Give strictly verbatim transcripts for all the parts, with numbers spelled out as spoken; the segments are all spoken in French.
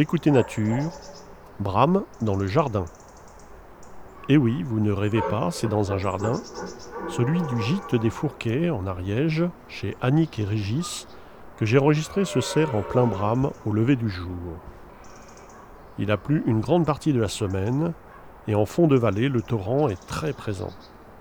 Écoutez Nature, Bram dans le jardin. Eh oui, vous ne rêvez pas, c'est dans un jardin, celui du gîte des Fourquets en Ariège, chez Annick et Régis, que j'ai enregistré ce cerf en plein Bram au lever du jour. Il a plu une grande partie de la semaine, et en fond de vallée, le torrent est très présent.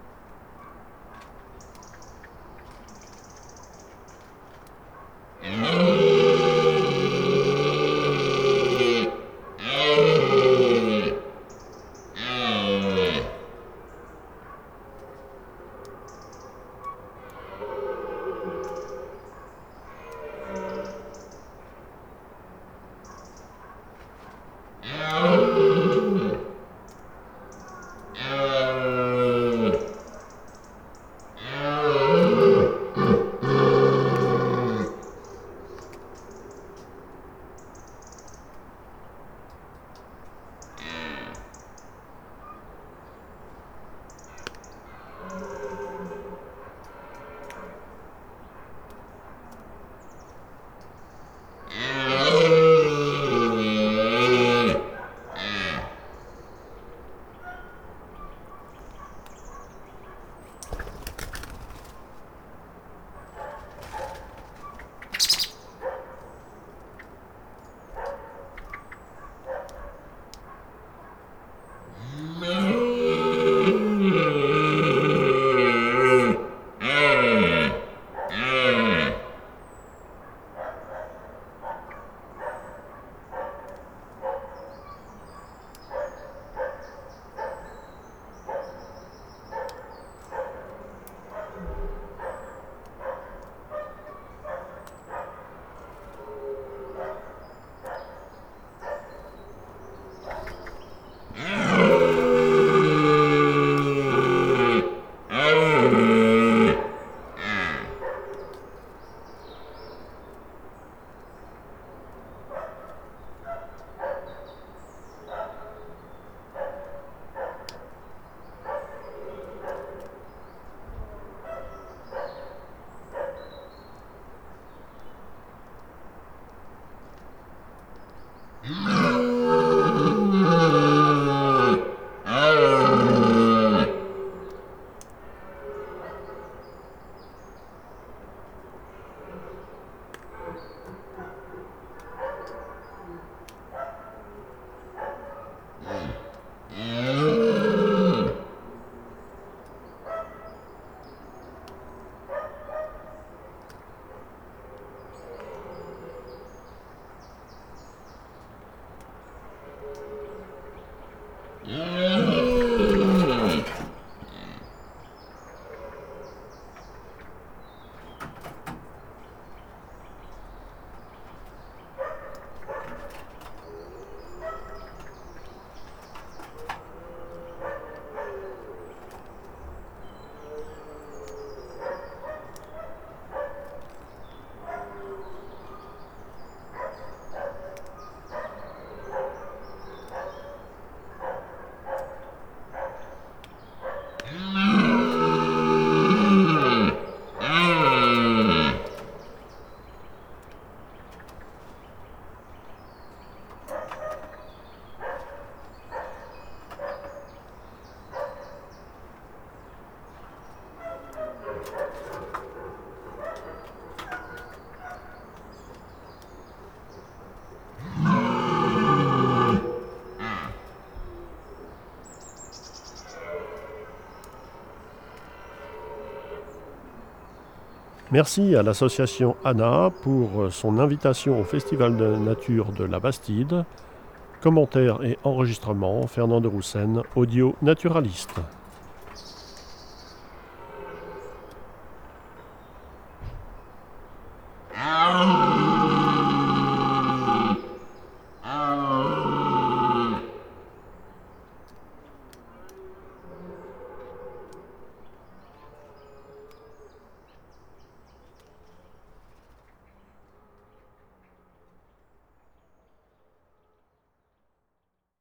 Merci à l'association Anna pour son invitation au Festival de Nature de la Bastide. Commentaires et enregistrements, Fernand de Roussen, audio naturaliste.